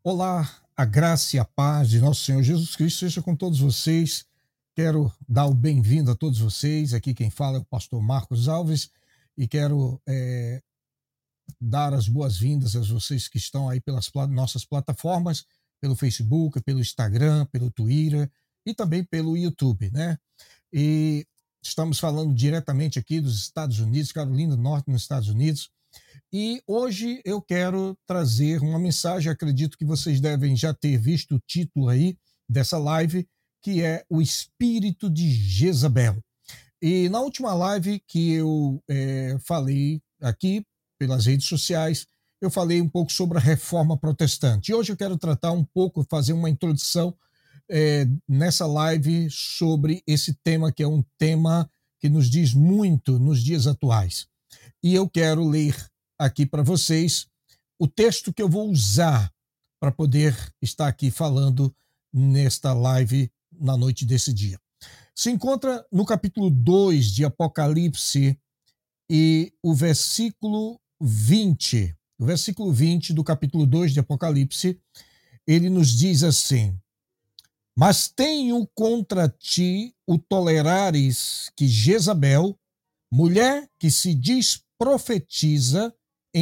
Olá, a graça e a paz de nosso Senhor Jesus Cristo seja com todos vocês. Quero dar o bem-vindo a todos vocês. Aqui quem fala é o pastor Marcos Alves e quero dar as boas-vindas a vocês que estão aí pelas nossas plataformas, pelo Facebook, pelo Instagram, pelo Twitter e também pelo YouTube, né? E estamos falando diretamente aqui dos Estados Unidos, Carolina do Norte, nos Estados Unidos. E hoje eu quero trazer uma mensagem, acredito que vocês devem já ter visto o título aí dessa live, que é o Espírito de Jezabel. E na última live que eu falei aqui pelas redes sociais, eu falei um pouco sobre a reforma protestante. E hoje eu quero tratar um pouco, fazer uma introdução nessa live sobre esse tema, que é um tema que nos diz muito nos dias atuais. E eu quero ler aqui para vocês o texto que eu vou usar para poder estar aqui falando nesta live na noite desse dia. Se encontra no capítulo 2 de Apocalipse e o versículo 20. O versículo 20 do capítulo 2 de Apocalipse, ele nos diz assim: Mas tenho contra ti o tolerares que Jezabel, mulher que se diz profetiza,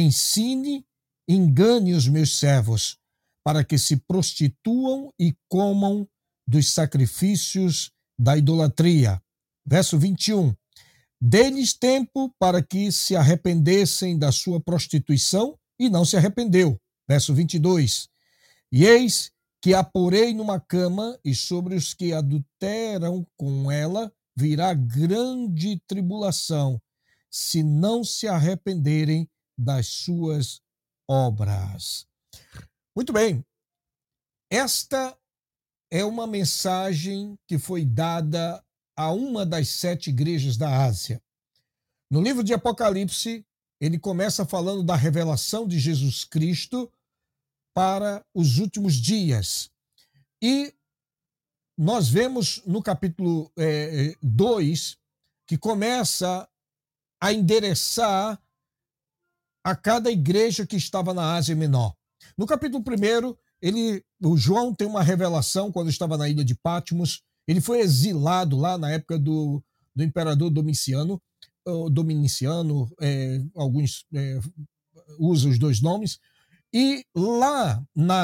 engane os meus servos, para que se prostituam e comam dos sacrifícios da idolatria. Verso 21. Dê-lhes tempo para que se arrependessem da sua prostituição, e não se arrependeu. Verso 22. E eis que a porei numa cama, e sobre os que adulteram com ela virá grande tribulação, se não se arrependerem das suas obras. Muito bem, esta é uma mensagem que foi dada a uma das 7 igrejas da Ásia. No livro de Apocalipse, ele começa falando da revelação de Jesus Cristo para os últimos dias. E nós vemos no capítulo 2 que começa a endereçar a cada igreja que estava na Ásia Menor. No capítulo 1, o João tem uma revelação quando estava na ilha de Patmos. Ele foi exilado lá na época do imperador Domiciano, alguns usam os dois nomes, e lá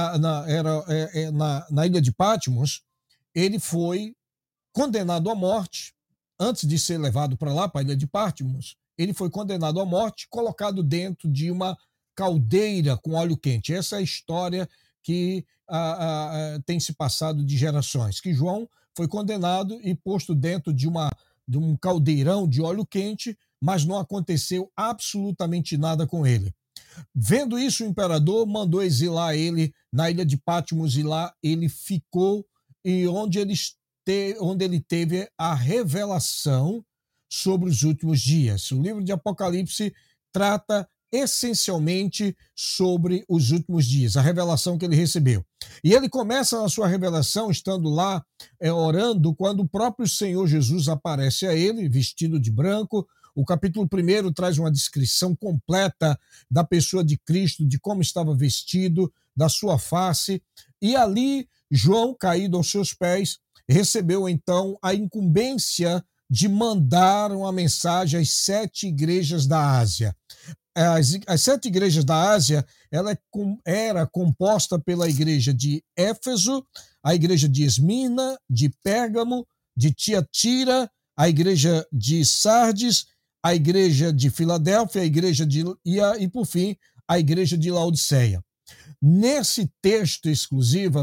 na ilha de Patmos, ele foi condenado à morte. Antes de ser levado para lá, para a ilha de Patmos, ele foi condenado à morte, colocado dentro de uma caldeira com óleo quente. Essa é a história que tem se passado de gerações, que João foi condenado e posto dentro de um caldeirão de óleo quente, mas não aconteceu absolutamente nada com ele. Vendo isso, o imperador mandou exilar ele na ilha de Patmos, e lá ele ficou, e onde ele teve a revelação sobre os últimos dias. O livro de Apocalipse trata essencialmente sobre os últimos dias, a revelação que ele recebeu. E ele começa a sua revelação estando lá orando, quando o próprio Senhor Jesus aparece a ele, vestido de branco. O capítulo 1 traz uma descrição completa da pessoa de Cristo, de como estava vestido, da sua face. E ali, João, caído aos seus pés, recebeu então a incumbência de mandar uma mensagem às 7 igrejas da Ásia. As 7 igrejas da Ásia, ela era composta pela igreja de Éfeso, a igreja de Esmirna, de Pérgamo, de Tiatira, a igreja de Sardes, a igreja de Filadélfia, a igreja e por fim, a igreja de Laodiceia. Nesse texto exclusivo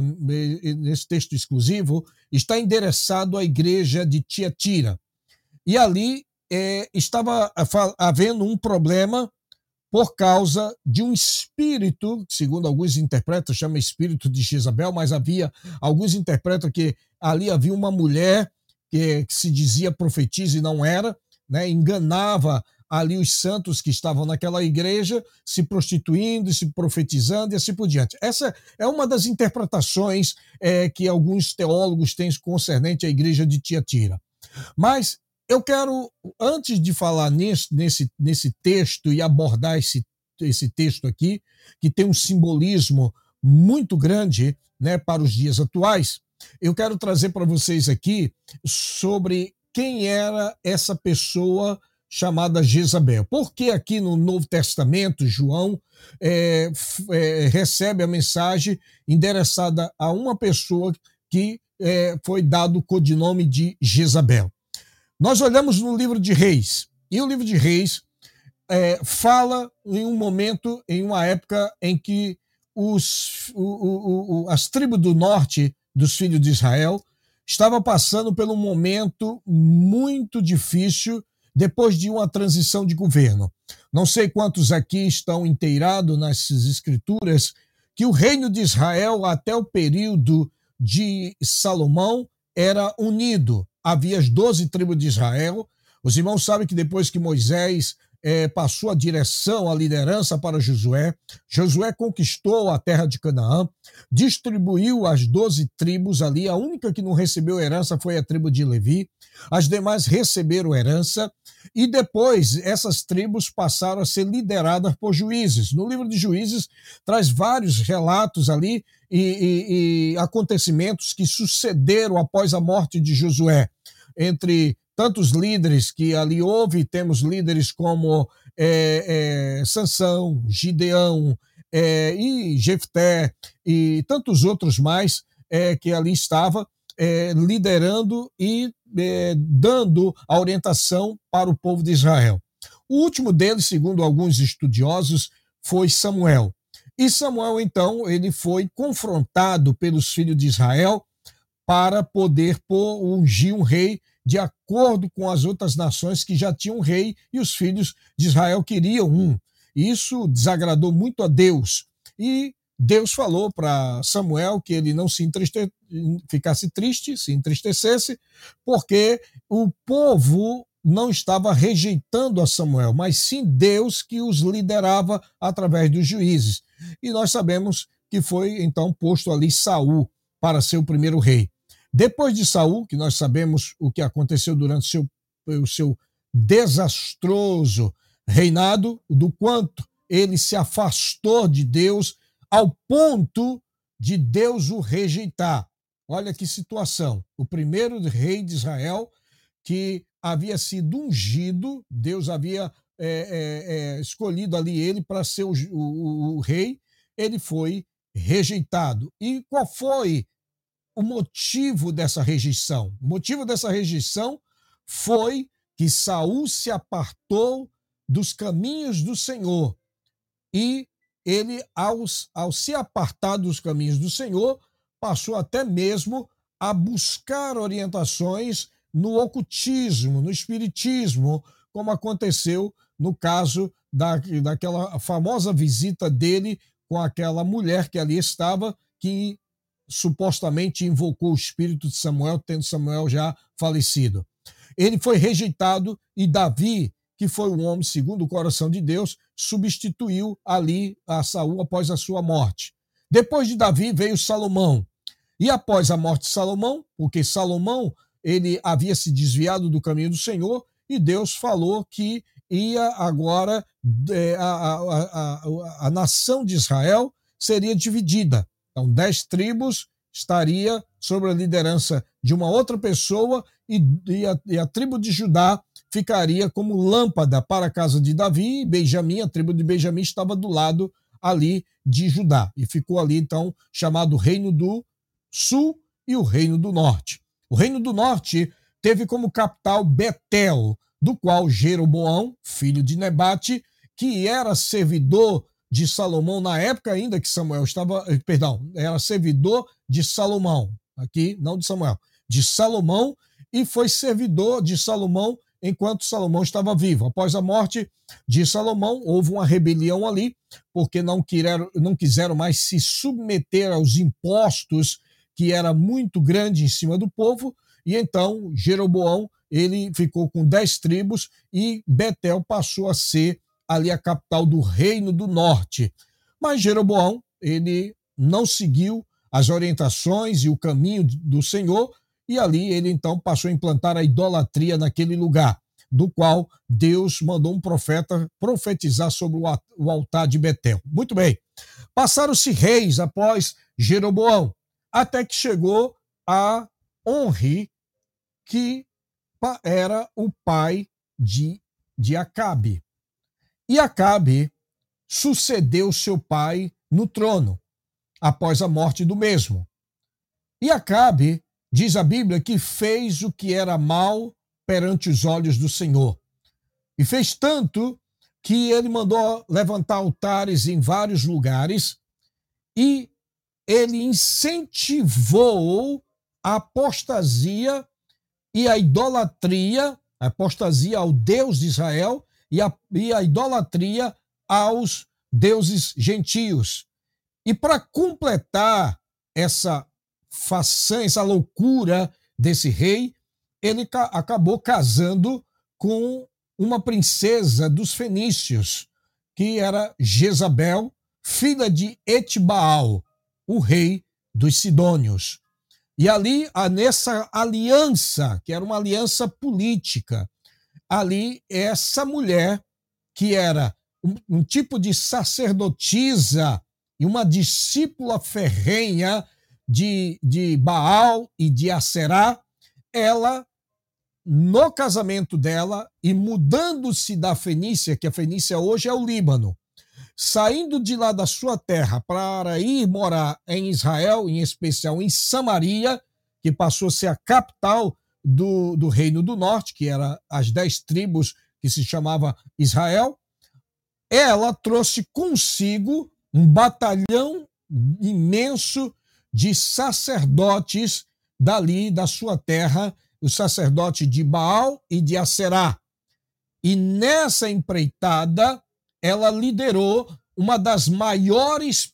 está endereçado à igreja de Tiatira. E ali estava havendo um problema por causa de um espírito, segundo alguns interpretam, chama espírito de Jezabel, mas alguns interpretam que ali havia uma mulher que se dizia profetisa e não era, né, enganava ali os santos que estavam naquela igreja, se prostituindo, se profetizando e assim por diante. Essa é uma das interpretações que alguns teólogos têm concernente à igreja de Tiatira. Mas eu quero, antes de falar nesse texto e abordar esse texto aqui, que tem um simbolismo muito grande, né, para os dias atuais. Eu quero trazer para vocês aqui sobre quem era essa pessoa chamada Jezabel. Porque aqui no Novo Testamento, João recebe a mensagem endereçada a uma pessoa que foi dado o codinome de Jezabel. Nós olhamos no livro de Reis, e o livro de Reis fala em um momento, em uma época em que as tribos do norte dos filhos de Israel estavam passando por um momento muito difícil depois de uma transição de governo. Não sei quantos aqui estão inteirados nessas escrituras que o reino de Israel, até o período de Salomão, era unido. Havia as 12 tribos de Israel. Os irmãos sabem que depois que Moisés passou a direção, a liderança para Josué, Josué conquistou a terra de Canaã, distribuiu as 12 tribos ali, a única que não recebeu herança foi a tribo de Levi, as demais receberam herança, e depois essas tribos passaram a ser lideradas por juízes. No livro de Juízes traz vários relatos ali e acontecimentos que sucederam após a morte de Josué, entre tantos líderes que ali houve. Temos líderes como Sansão, Gideão e Jefté e tantos outros mais que ali estava liderando e dando a orientação para o povo de Israel. O último deles, segundo alguns estudiosos, foi Samuel. E Samuel, então, ele foi confrontado pelos filhos de Israel para poder ungir um rei de acordo com as outras nações que já tinham um rei, e os filhos de Israel queriam um. Isso desagradou muito a Deus. E Deus falou para Samuel que ele não ficasse triste, se entristecesse, porque o povo não estava rejeitando a Samuel, mas sim Deus que os liderava através dos juízes. E nós sabemos que foi então posto ali Saul para ser o primeiro rei. Depois de Saul, que nós sabemos o que aconteceu durante o seu desastroso reinado, do quanto ele se afastou de Deus ao ponto de Deus o rejeitar. Olha que situação. O primeiro rei de Israel, que havia sido ungido, Deus havia escolhido ali ele para ser o rei, ele foi rejeitado. E qual foi o motivo dessa rejeição? O motivo dessa rejeição foi que Saul se apartou dos caminhos do Senhor. E ele, ao se apartar dos caminhos do Senhor, passou até mesmo a buscar orientações no ocultismo, no espiritismo, como aconteceu no caso daquela famosa visita dele com aquela mulher que ali estava, que supostamente invocou o espírito de Samuel, tendo Samuel já falecido. Ele foi rejeitado e Davi, que foi um homem segundo o coração de Deus, substituiu ali a Saul após a sua morte. Depois de Davi veio Salomão. E após a morte de Salomão, porque Salomão ele havia se desviado do caminho do Senhor, e Deus falou que ia agora a nação de Israel seria dividida. Então, 10 tribos estaria sob a liderança de uma outra pessoa e a tribo de Judá ficaria como lâmpada para a casa de Davi, e Benjamim, a tribo de Benjamim, estava do lado ali de Judá. E ficou ali, então, chamado Reino do Sul e o Reino do Norte. O Reino do Norte teve como capital Betel, do qual Jeroboão, filho de Nebate, que era servidor de Salomão na época ainda que Samuel estava, era servidor de Salomão, aqui não de Samuel, de Salomão, e foi servidor de Salomão enquanto Salomão estava vivo. Após a morte de Salomão, houve uma rebelião ali, porque não quiseram mais se submeter aos impostos, que era muito grande em cima do povo, e então Jeroboão ele ficou com 10 tribos e Betel passou a ser ali a capital do Reino do Norte. Mas Jeroboão, ele não seguiu as orientações e o caminho do Senhor, e ali ele então passou a implantar a idolatria naquele lugar, do qual Deus mandou um profeta profetizar sobre o altar de Betel. Muito bem. Passaram-se reis após Jeroboão, até que chegou a Onri, que era o pai de Acabe. E Acabe sucedeu seu pai no trono, após a morte do mesmo. E Acabe, diz a Bíblia, que fez o que era mal perante os olhos do Senhor. E fez tanto que ele mandou levantar altares em vários lugares e ele incentivou a apostasia e a idolatria, a apostasia ao Deus de Israel e a idolatria aos deuses gentios. E para completar essa façanha, essa loucura desse rei, ele acabou casando com uma princesa dos fenícios, que era Jezabel, filha de Etbaal, o rei dos sidônios. E ali, nessa aliança, que era uma aliança política, ali essa mulher, que era um tipo de sacerdotisa e uma discípula ferrenha de Baal e de Aserá, ela, no casamento dela e mudando-se da Fenícia, que a Fenícia hoje é o Líbano, saindo de lá da sua terra para ir morar em Israel, em especial em Samaria, que passou a ser a capital do Reino do Norte, que era as 10 tribos que se chamava Israel, ela trouxe consigo um batalhão imenso de sacerdotes dali da sua terra, os sacerdotes de Baal e de Aserá. E nessa empreitada, ela liderou uma das maiores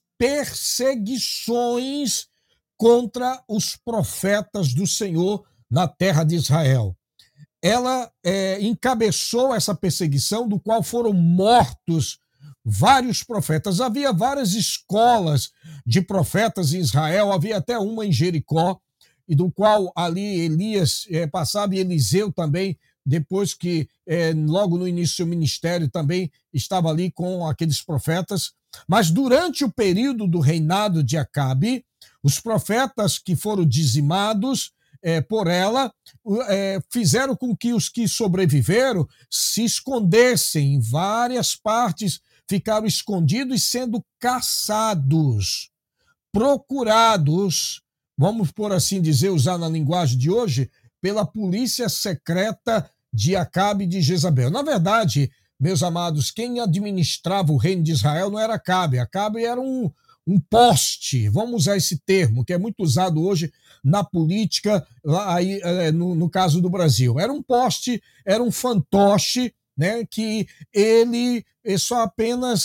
perseguições contra os profetas do Senhor na terra de Israel. Ela encabeçou essa perseguição, do qual foram mortos vários profetas. Havia várias escolas de profetas em Israel, havia até uma em Jericó, e do qual ali Elias passava, e Eliseu também, depois que logo no início do seu ministério também estava ali com aqueles profetas. Mas durante o período do reinado de Acabe, os profetas que foram dizimados por ela fizeram com que os que sobreviveram se escondessem em várias partes, ficaram escondidos e sendo caçados, procurados, vamos por assim dizer, usar na linguagem de hoje, pela polícia secreta de Acabe e de Jezabel. Na verdade, meus amados, quem administrava o reino de Israel não era Acabe. Acabe era um poste, vamos usar esse termo, que é muito usado hoje na política, lá, aí, no caso do Brasil. Era um poste, era um fantoche, né, que ele só apenas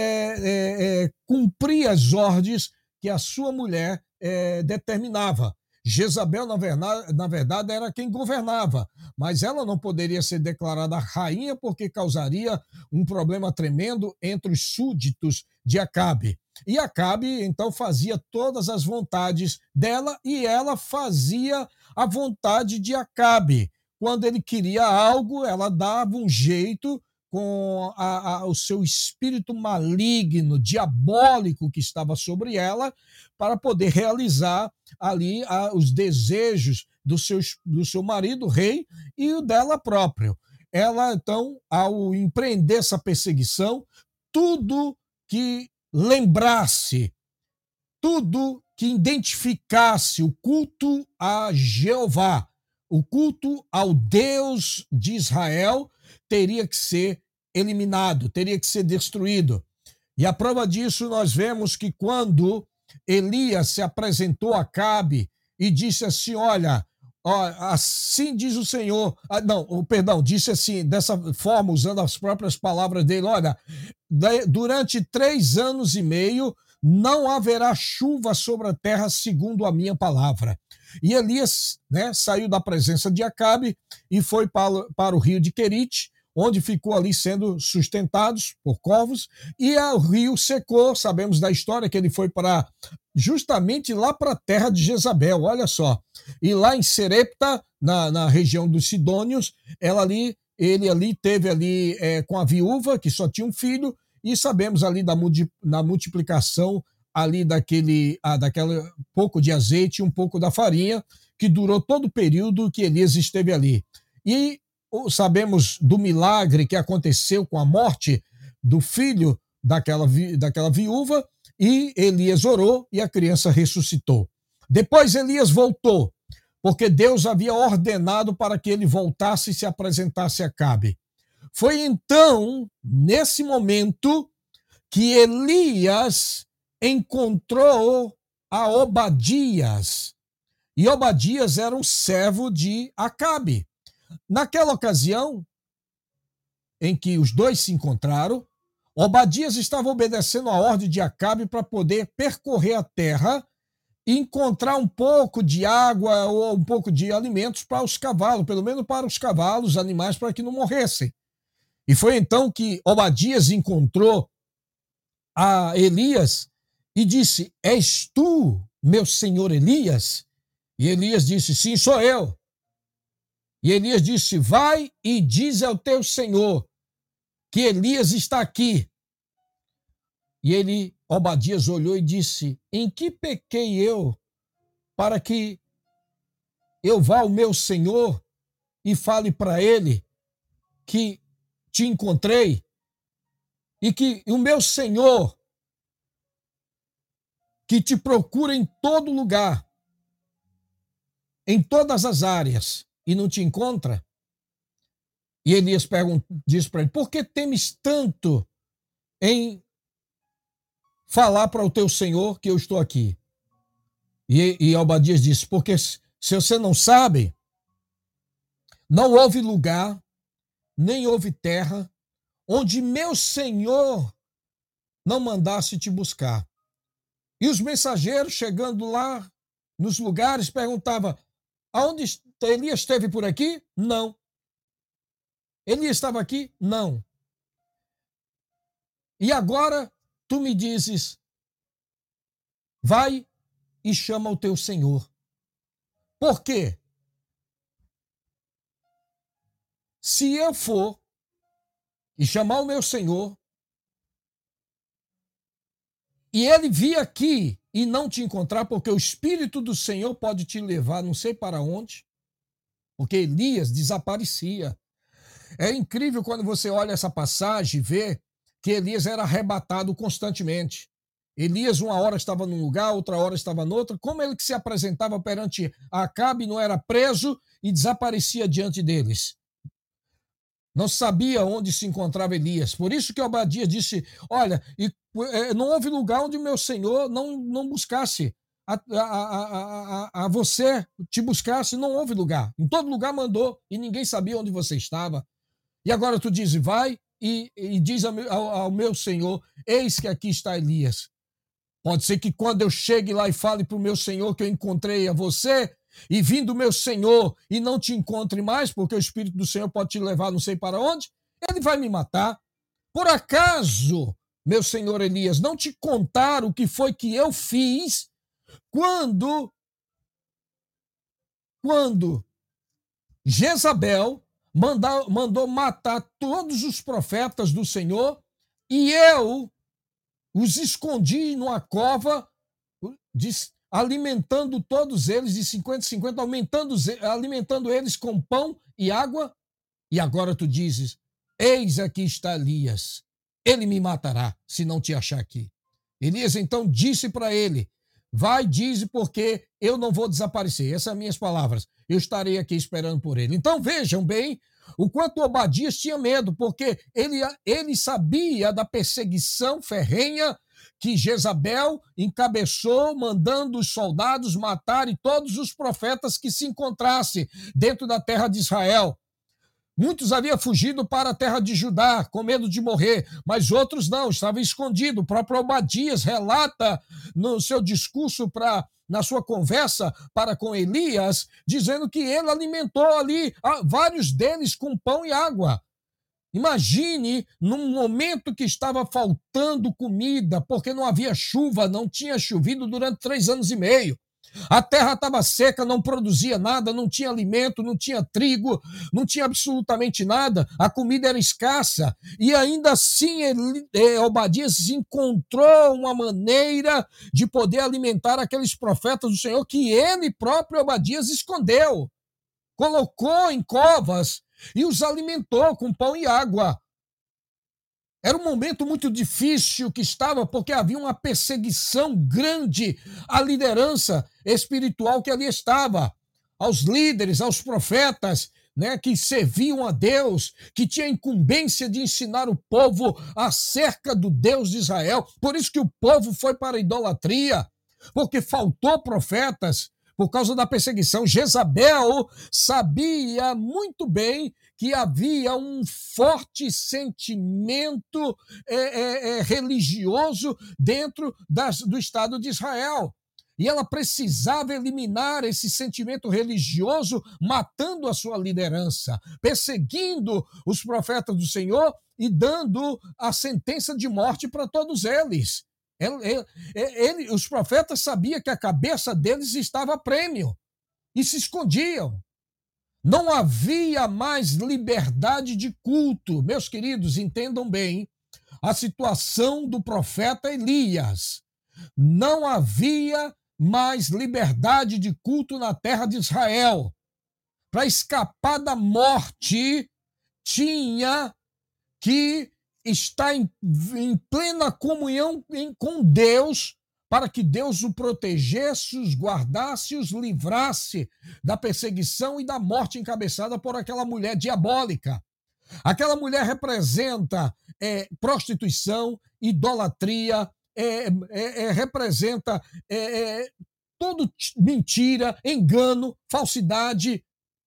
cumpria as ordens que a sua mulher determinava. Jezabel, na verdade, era quem governava, mas ela não poderia ser declarada rainha porque causaria um problema tremendo entre os súditos de Acabe. E Acabe, então, fazia todas as vontades dela e ela fazia a vontade de Acabe. Quando ele queria algo, ela dava um jeito com o seu espírito maligno, diabólico que estava sobre ela, para poder realizar ali os desejos do seu marido, rei, e o dela próprio. Ela, então, ao empreender essa perseguição, tudo que lembrasse, tudo que identificasse o culto a Jeová, o culto ao Deus de Israel, teria que ser eliminado, teria que ser destruído. E a prova disso nós vemos que quando Elias se apresentou a Acabe e disse assim, olha, assim diz o Senhor, disse assim, dessa forma, usando as próprias palavras dele, olha, durante 3 anos e meio não haverá chuva sobre a terra segundo a minha palavra. E Elias, né, saiu da presença de Acabe e foi para o rio de Querite, onde ficou ali sendo sustentados por corvos, e o rio secou. Sabemos da história que ele foi justamente lá para a terra de Jezabel, olha só. E lá em Serepta, na região dos Sidônios, ele ali teve ali com a viúva, que só tinha um filho, e sabemos ali na multiplicação ali daquela pouco de azeite e um pouco da farinha, que durou todo o período que Elias esteve ali. E sabemos do milagre que aconteceu com a morte do filho daquela viúva, e Elias orou e a criança ressuscitou. Depois Elias voltou, porque Deus havia ordenado para que ele voltasse e se apresentasse a Acabe. Foi então, nesse momento, que Elias encontrou a Obadias. E Obadias era um servo de Acabe. Naquela ocasião em que os dois se encontraram, Obadias estava obedecendo a ordem de Acabe para poder percorrer a terra e encontrar um pouco de água ou um pouco de alimentos para os cavalos, pelo menos para os cavalos, os animais, para que não morressem. E foi então que Obadias encontrou a Elias e disse: És tu, meu senhor Elias? E Elias disse: Sim, sou eu. E Elias disse: Vai e diz ao teu senhor que Elias está aqui. E Obadias olhou e disse: Em que pequei eu para que eu vá ao meu senhor e fale para ele que te encontrei e que o meu senhor, que te procura em todo lugar, em todas as áreas, e não te encontra? E Elias disse para ele: Por que temes tanto em falar para o teu senhor que eu estou aqui? E Obadias disse: Porque se você não sabe, não houve lugar, nem houve terra, onde meu senhor não mandasse te buscar. E os mensageiros, chegando lá nos lugares, perguntavam: Aonde Elias esteve por aqui? Não. Elias estava aqui? Não. E agora tu me dizes: Vai e chama o teu senhor. Por quê? Se eu for e chamar o meu senhor, e ele vir aqui e não te encontrar, porque o Espírito do Senhor pode te levar não sei para onde, porque Elias desaparecia. É incrível quando você olha essa passagem e vê que Elias era arrebatado constantemente. Elias uma hora estava num lugar, outra hora estava noutra. Como ele que se apresentava perante Acabe, não era preso e desaparecia diante deles. Não sabia onde se encontrava Elias. Por isso que Obadias disse: Olha, não houve lugar onde o meu senhor não buscasse a você, te buscasse, não houve lugar. Em todo lugar mandou e ninguém sabia onde você estava. E agora tu dizes: Vai e diz ao meu senhor: Eis que aqui está Elias. Pode ser que quando eu chegue lá e fale para o meu senhor que eu encontrei a você, e vindo o meu senhor e não te encontre mais, porque o Espírito do Senhor pode te levar não sei para onde, ele vai me matar. Por acaso, meu senhor Elias, não te contar o que foi que eu fiz quando Jezabel mandou matar todos os profetas do Senhor e eu os escondi numa cova, alimentando todos eles de 50 em 50, alimentando eles com pão e água. E agora tu dizes: Eis aqui está Elias, ele me matará se não te achar aqui. Elias então disse para ele: Vai, dize, porque eu não vou desaparecer. Essas são as minhas palavras. Eu estarei aqui esperando por ele. Então vejam bem o quanto Obadias tinha medo, porque ele sabia da perseguição ferrenha que Jezabel encabeçou, mandando os soldados matarem todos os profetas que se encontrassem dentro da terra de Israel. Muitos haviam fugido para a terra de Judá, com medo de morrer, mas outros não, estavam escondidos. O próprio Obadias relata no seu discurso, na sua conversa para com Elias, dizendo que ele alimentou ali vários deles com pão e água. Imagine, num momento que estava faltando comida, porque não havia chuva, não tinha chovido durante 3 anos e meio. A terra estava seca, não produzia nada, não tinha alimento, não tinha trigo, não tinha absolutamente nada, a comida era escassa. E ainda assim, Obadias encontrou uma maneira de poder alimentar aqueles profetas do Senhor que ele próprio, Obadias, escondeu. Colocou em covas e os alimentou com pão e água. Era um momento muito difícil que estava, porque havia uma perseguição grande à liderança espiritual que ali estava, aos líderes, aos profetas, né, que serviam a Deus, que tinha a incumbência de ensinar o povo acerca do Deus de Israel. Por isso que o povo foi para a idolatria, porque faltou profetas por causa da perseguição. Jezabel sabia muito bem que havia um forte sentimento religioso dentro do Estado de Israel. E ela precisava eliminar esse sentimento religioso, matando a sua liderança, perseguindo os profetas do Senhor e dando a sentença de morte para todos eles. Os profetas sabiam que a cabeça deles estava a prêmio e se escondiam. Não havia mais liberdade de culto. Meus queridos, entendam bem a situação do profeta Elias. Não havia mais liberdade de culto na terra de Israel. Para escapar da morte, tinha que estar em plena comunhão com Deus, para que Deus o protegesse, os guardasse, os livrasse da perseguição e da morte encabeçada por aquela mulher diabólica. Aquela mulher representa prostituição, idolatria, representa todo mentira, engano, falsidade.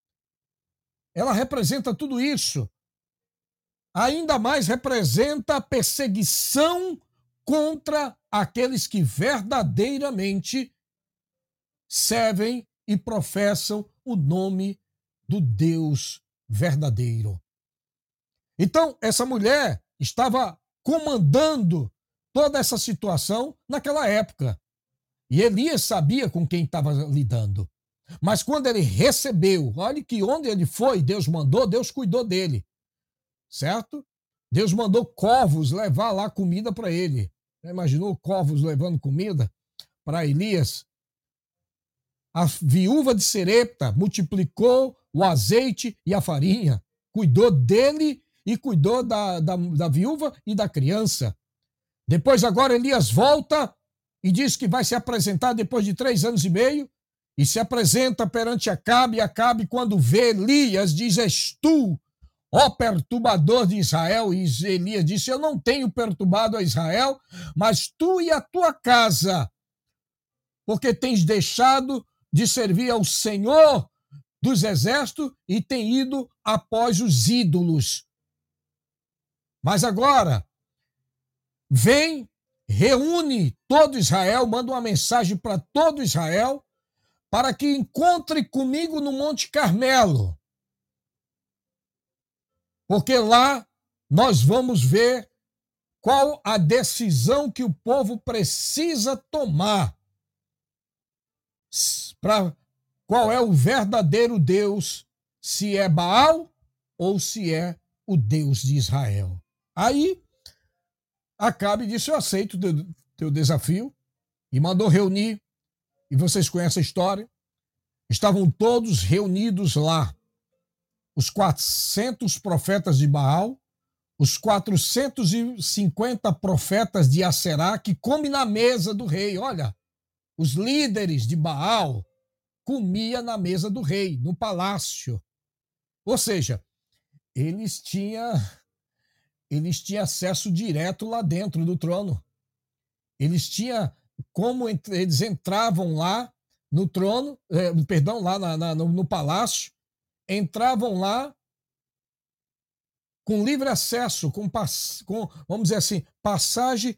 Ela representa tudo isso. Ainda mais representa a perseguição contra aqueles que verdadeiramente servem e professam o nome do Deus verdadeiro. Então, essa mulher estava comandando toda essa situação naquela época. E Elias sabia com quem estava lidando. Mas quando ele recebeu, olha que onde ele foi, Deus mandou, Deus cuidou dele. Certo? Deus mandou corvos levar lá comida para ele. Imaginou corvos levando comida para Elias? A viúva de Serepta multiplicou o azeite e a farinha, cuidou dele e cuidou da viúva e da criança. Depois agora Elias volta e diz que vai se apresentar depois de 3 anos e meio, e se apresenta perante Acabe, e Acabe, quando vê Elias, diz: és tu, ó perturbador de Israel. E Elias disse: eu não tenho perturbado a Israel, mas tu e a tua casa, porque tens deixado de servir ao Senhor dos exércitos e tem ido após os ídolos. Mas agora, vem, reúne todo Israel, manda uma mensagem para todo Israel, para que encontre comigo no Monte Carmelo. Porque lá nós vamos ver qual a decisão que o povo precisa tomar. Qual é o verdadeiro Deus, se é Baal ou se é o Deus de Israel. Aí, Acabe disse: eu aceito o teu desafio, e mandou reunir, e vocês conhecem a história, estavam todos reunidos lá, os 400 profetas de Baal, os 450 profetas de Aserá, que comem na mesa do rei. Olha, os líderes de Baal comiam na mesa do rei, no palácio. Ou seja, eles tinham acesso direto lá dentro do trono. Eles tinham como eles entravam lá no trono, lá no palácio, entravam lá com livre acesso, com vamos dizer assim, passagem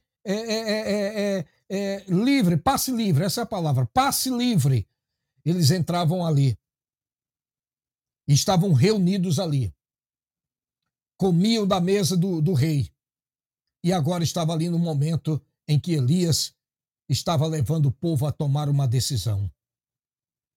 livre, passe livre, essa é a palavra, passe livre. Eles entravam ali, estavam reunidos ali, comiam da mesa do rei, e agora estava ali no momento em que Elias estava levando o povo a tomar uma decisão.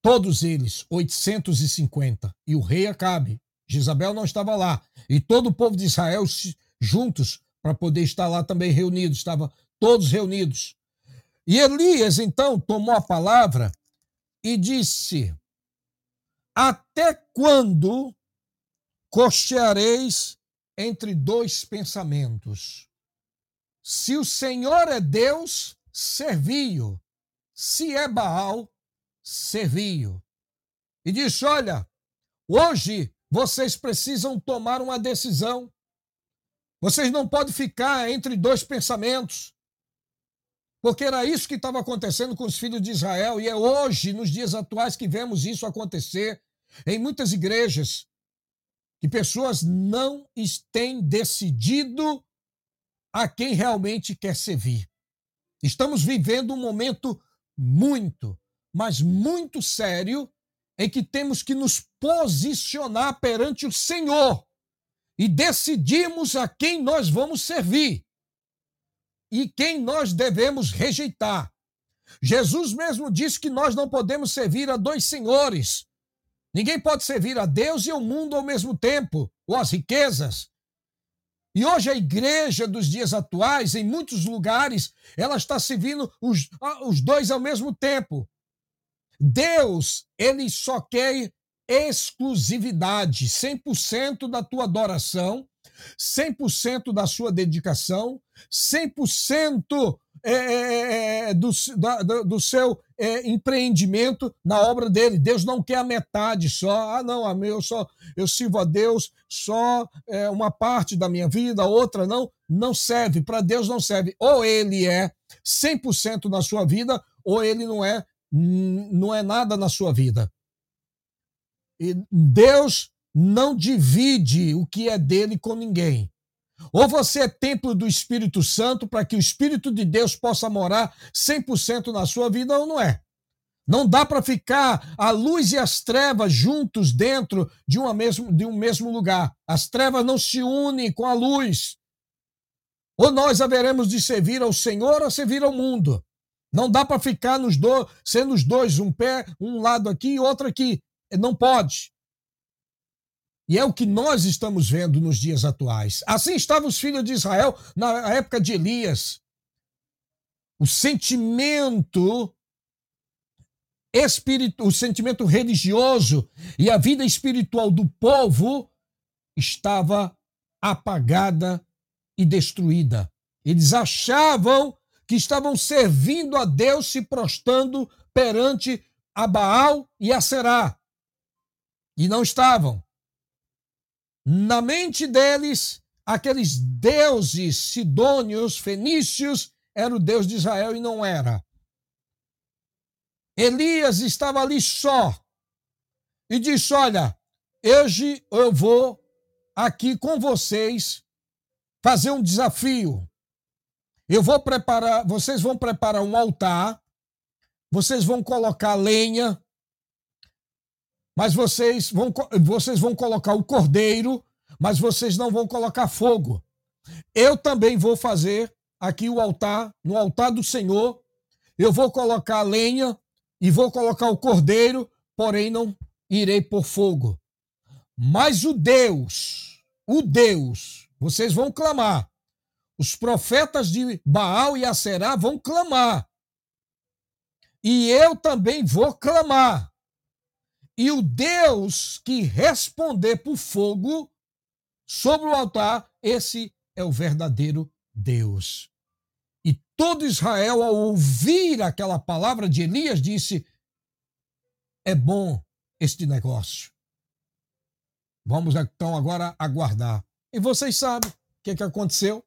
todos eles, 850, e o rei Acabe. Jezabel não estava lá, e todo o povo de Israel juntos para poder estar lá também reunidos, estavam todos reunidos. E Elias, então, tomou a palavra e disse: até quando cocheareis entre dois pensamentos? Se o Senhor é Deus, servi-o. Se é Baal, servi-o. E disse: olha, hoje vocês precisam tomar uma decisão. Vocês não podem ficar entre dois pensamentos. Porque era isso que estava acontecendo com os filhos de Israel. E é hoje, nos dias atuais, que vemos isso acontecer em muitas igrejas. Que pessoas não têm decidido a quem realmente quer servir. Estamos vivendo um momento muito, mas muito sério, em que temos que nos posicionar perante o Senhor e decidirmos a quem nós vamos servir e quem nós devemos rejeitar. Jesus mesmo disse que nós não podemos servir a dois senhores. Ninguém pode servir a Deus e ao mundo ao mesmo tempo, ou às riquezas. E hoje a igreja dos dias atuais, em muitos lugares, ela está servindo os dois ao mesmo tempo. Deus, ele só quer exclusividade, 100% da tua adoração, 100% da sua dedicação, 100% do seu empreendimento na obra dele. Deus não quer a metade só. Não, eu sirvo a Deus só uma parte da minha vida, a outra não serve. Para Deus não serve. Ou ele é 100% na sua vida, ou ele não é nada na sua vida. E Deus não divide o que é dele com ninguém. Ou você é templo do Espírito Santo para que o Espírito de Deus possa morar 100% na sua vida, ou não é. Não dá para ficar a luz e as trevas juntos dentro de um mesmo lugar. As trevas não se unem com a luz. Ou nós haveremos de servir ao Senhor ou servir ao mundo. Não dá para ficar sendo os dois, um pé, um lado aqui e outro aqui. Não pode. E é o que nós estamos vendo nos dias atuais. Assim estavam os filhos de Israel na época de Elias. O sentimento religioso e a vida espiritual do povo estava apagada e destruída. Eles achavam que estavam servindo a Deus, se prostrando perante a Baal e a Será. E não estavam. Na mente deles, aqueles deuses sidônios, fenícios, era o Deus de Israel e não era. Elias estava ali só e disse: olha, hoje eu vou aqui com vocês fazer um desafio. Vocês vão preparar um altar, vocês vão colocar lenha, mas vocês vão colocar o cordeiro, mas vocês não vão colocar fogo. Eu também vou fazer aqui o altar, no altar do Senhor, eu vou colocar a lenha e vou colocar o cordeiro, porém não irei por fogo. Mas o Deus, vocês vão clamar. Os profetas de Baal e Aserá vão clamar. E eu também vou clamar. E o Deus que responder por fogo sobre o altar, esse é o verdadeiro Deus. E todo Israel, ao ouvir aquela palavra de Elias, disse: é bom este negócio. Vamos então agora aguardar. E vocês sabem o que aconteceu?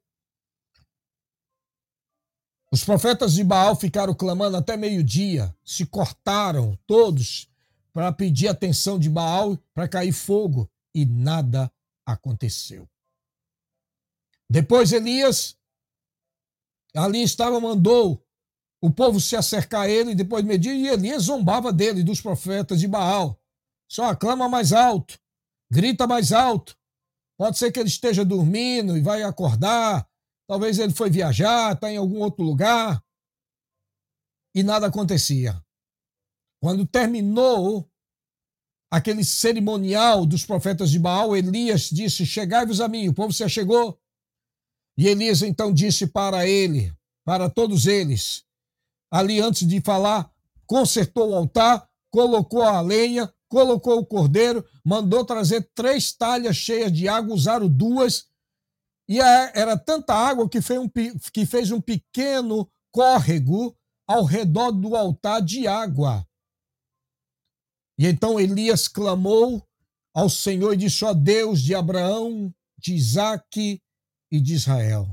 Os profetas de Baal ficaram clamando até meio-dia, se cortaram todos para pedir atenção de Baal para cair fogo, e nada aconteceu. Depois Elias ali estava, mandou o povo se acercar a ele, depois medir, e Elias zombava dele, dos profetas de Baal. Só clama mais alto, grita mais alto. Pode ser que ele esteja dormindo e vai acordar, talvez ele foi viajar, está em algum outro lugar, e nada acontecia. Quando terminou aquele cerimonial dos profetas de Baal, Elias disse: chegai-vos a mim. O povo se achegou. E Elias então disse para ele, para todos eles, ali antes de falar, consertou o altar, colocou a lenha, colocou o cordeiro, mandou trazer 3 talhas cheias de água, usaram 2, e era tanta água que fez um pequeno córrego ao redor do altar de água. E então Elias clamou ao Senhor e disse: ó Deus de Abraão, de Isaque e de Israel,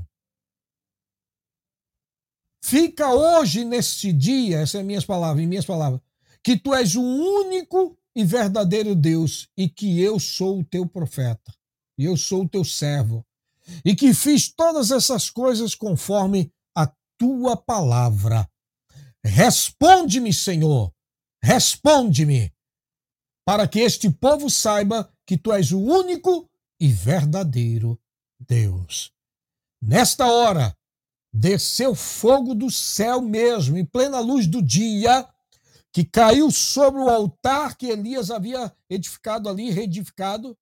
fica hoje neste dia, essas são em minhas palavras, que tu és o único e verdadeiro Deus e que eu sou o teu profeta, e eu sou o teu servo, e que fiz todas essas coisas conforme a tua palavra. Responde-me, Senhor, responde-me, para que este povo saiba que tu és o único e verdadeiro Deus. Nesta hora, desceu fogo do céu mesmo, em plena luz do dia, que caiu sobre o altar que Elias havia edificado ali, reedificado,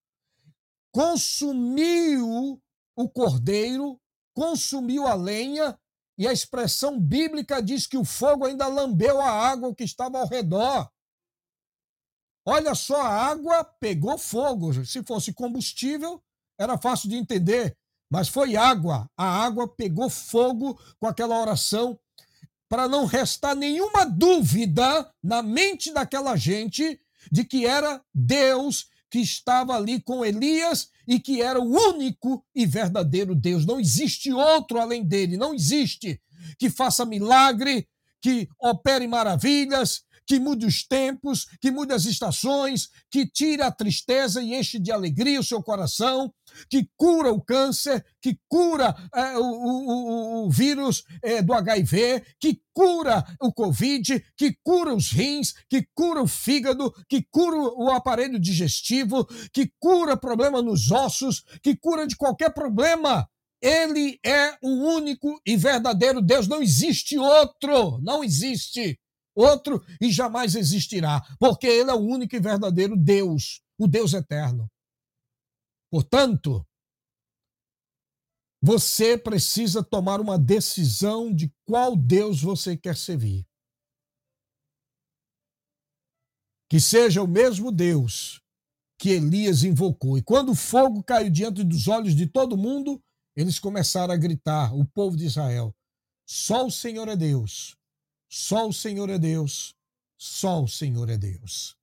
consumiu o cordeiro, consumiu a lenha, e a expressão bíblica diz que o fogo ainda lambeu a água que estava ao redor. Olha só, a água pegou fogo. Se fosse combustível, era fácil de entender, mas foi água. A água pegou fogo com aquela oração, para não restar nenhuma dúvida na mente daquela gente de que era Deus que estava ali com Elias e que era o único e verdadeiro Deus. Não existe outro além dele, não existe que faça milagre, que opere maravilhas, que mude os tempos, que mude as estações, que tire a tristeza e enche de alegria o seu coração, que cura o câncer, que cura o vírus do HIV, que cura o Covid, que cura os rins, que cura o fígado, que cura o aparelho digestivo, que cura problema nos ossos, que cura de qualquer problema. Ele é o único e verdadeiro Deus, não existe outro, não existe outro e jamais existirá, porque ele é o único e verdadeiro Deus, o Deus eterno. Portanto, você precisa tomar uma decisão de qual Deus você quer servir. Que seja o mesmo Deus que Elias invocou. E quando o fogo caiu diante dos olhos de todo mundo, eles começaram a gritar, o povo de Israel: só o Senhor é Deus, só o Senhor é Deus, só o Senhor é Deus.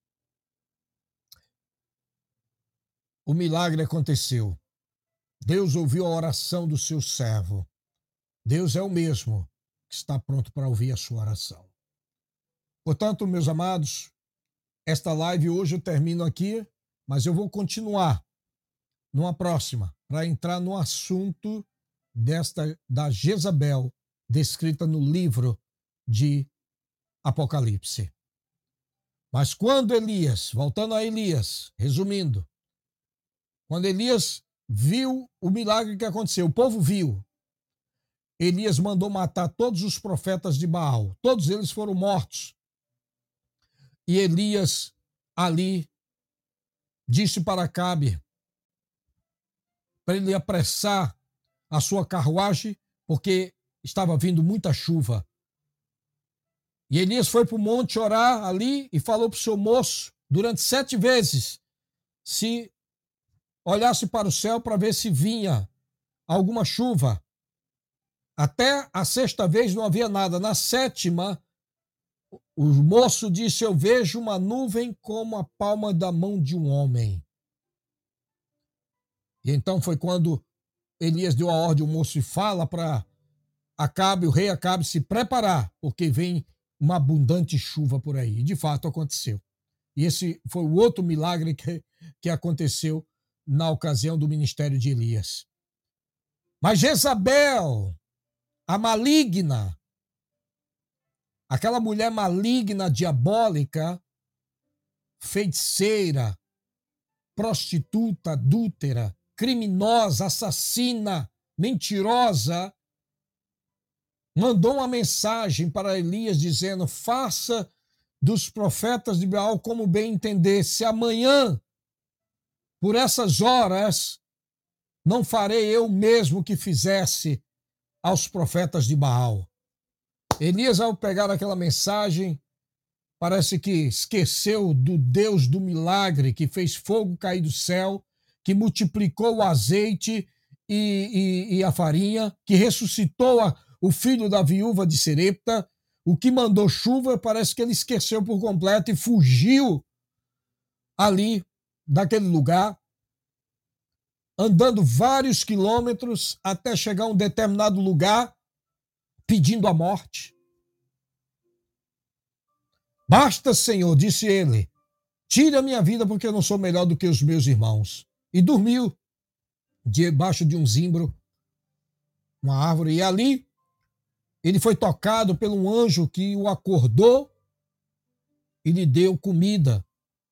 O milagre aconteceu. Deus ouviu a oração do seu servo. Deus é o mesmo que está pronto para ouvir a sua oração. Portanto, meus amados, esta live hoje eu termino aqui, mas eu vou continuar numa próxima, para entrar no assunto da Jezabel, descrita no livro de Apocalipse. Mas quando Elias, voltando a Elias, resumindo, quando Elias viu o milagre que aconteceu, o povo viu, Elias mandou matar todos os profetas de Baal, todos eles foram mortos. E Elias ali disse para Acabe para ele apressar a sua carruagem, porque estava vindo muita chuva. E Elias foi para o monte orar ali e falou para o seu moço, durante 7 vezes, se olhasse para o céu para ver se vinha alguma chuva. Até a 6ª vez não havia nada. Na 7ª, o moço disse: eu vejo uma nuvem como a palma da mão de um homem. E então foi quando Elias deu a ordem, o moço fala para Acabe, o rei Acabe, se preparar, porque vem uma abundante chuva por aí. E de fato aconteceu. E esse foi o outro milagre que aconteceu na ocasião do ministério de Elias. Mas Jezabel, a maligna, aquela mulher maligna, diabólica, feiticeira, prostituta, adúltera, criminosa, assassina, mentirosa, mandou uma mensagem para Elias dizendo: faça dos profetas de Baal como bem entender. Se amanhã, por essas horas, não farei eu mesmo que fizesse aos profetas de Baal. Elias, ao pegar aquela mensagem, parece que esqueceu do Deus do milagre, que fez fogo cair do céu, que multiplicou o azeite e a farinha, que ressuscitou o filho da viúva de Serepta, o que mandou chuva. Parece que ele esqueceu por completo e fugiu ali daquele lugar, andando vários quilômetros até chegar a um determinado lugar, pedindo a morte. Basta, Senhor, disse ele, tira a minha vida porque eu não sou melhor do que os meus irmãos. E dormiu debaixo de um zimbro, uma árvore, e ali ele foi tocado por um anjo que o acordou e lhe deu comida.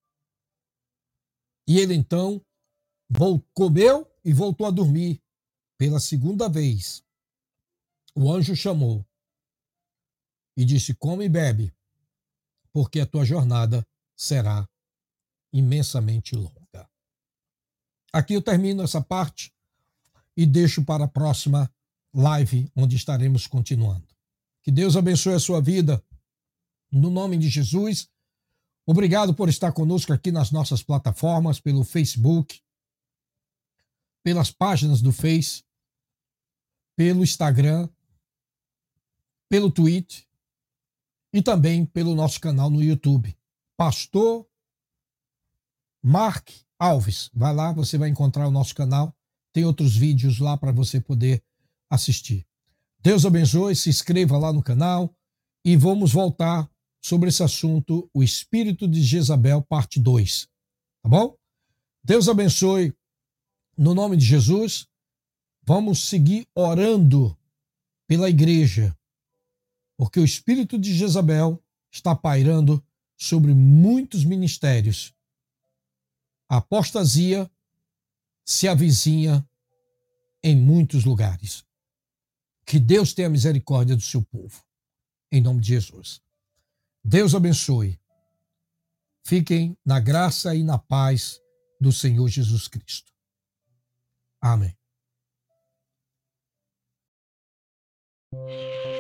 E ele então comeu e voltou a dormir. Pela segunda vez, o anjo chamou e disse, come e bebe, porque a tua jornada será imensamente longa. Aqui eu termino essa parte e deixo para a próxima live, onde estaremos continuando. Que Deus abençoe a sua vida, no nome de Jesus. Obrigado por estar conosco aqui nas nossas plataformas, pelo Facebook, pelas páginas do Face, pelo Instagram, pelo Twitter e também pelo nosso canal no YouTube. Pastor Mark Alves. Vai lá, você vai encontrar o nosso canal. Tem outros vídeos lá para você poder assistir. Deus abençoe, se inscreva lá no canal e vamos voltar sobre esse assunto, o espírito de Jezabel, parte 2. Tá bom? Deus abençoe, no nome de Jesus. Vamos seguir orando pela igreja, porque o espírito de Jezabel está pairando sobre muitos ministérios. A apostasia se avizinha em muitos lugares. Que Deus tenha misericórdia do seu povo, em nome de Jesus. Deus abençoe. Fiquem na graça e na paz do Senhor Jesus Cristo. Amém.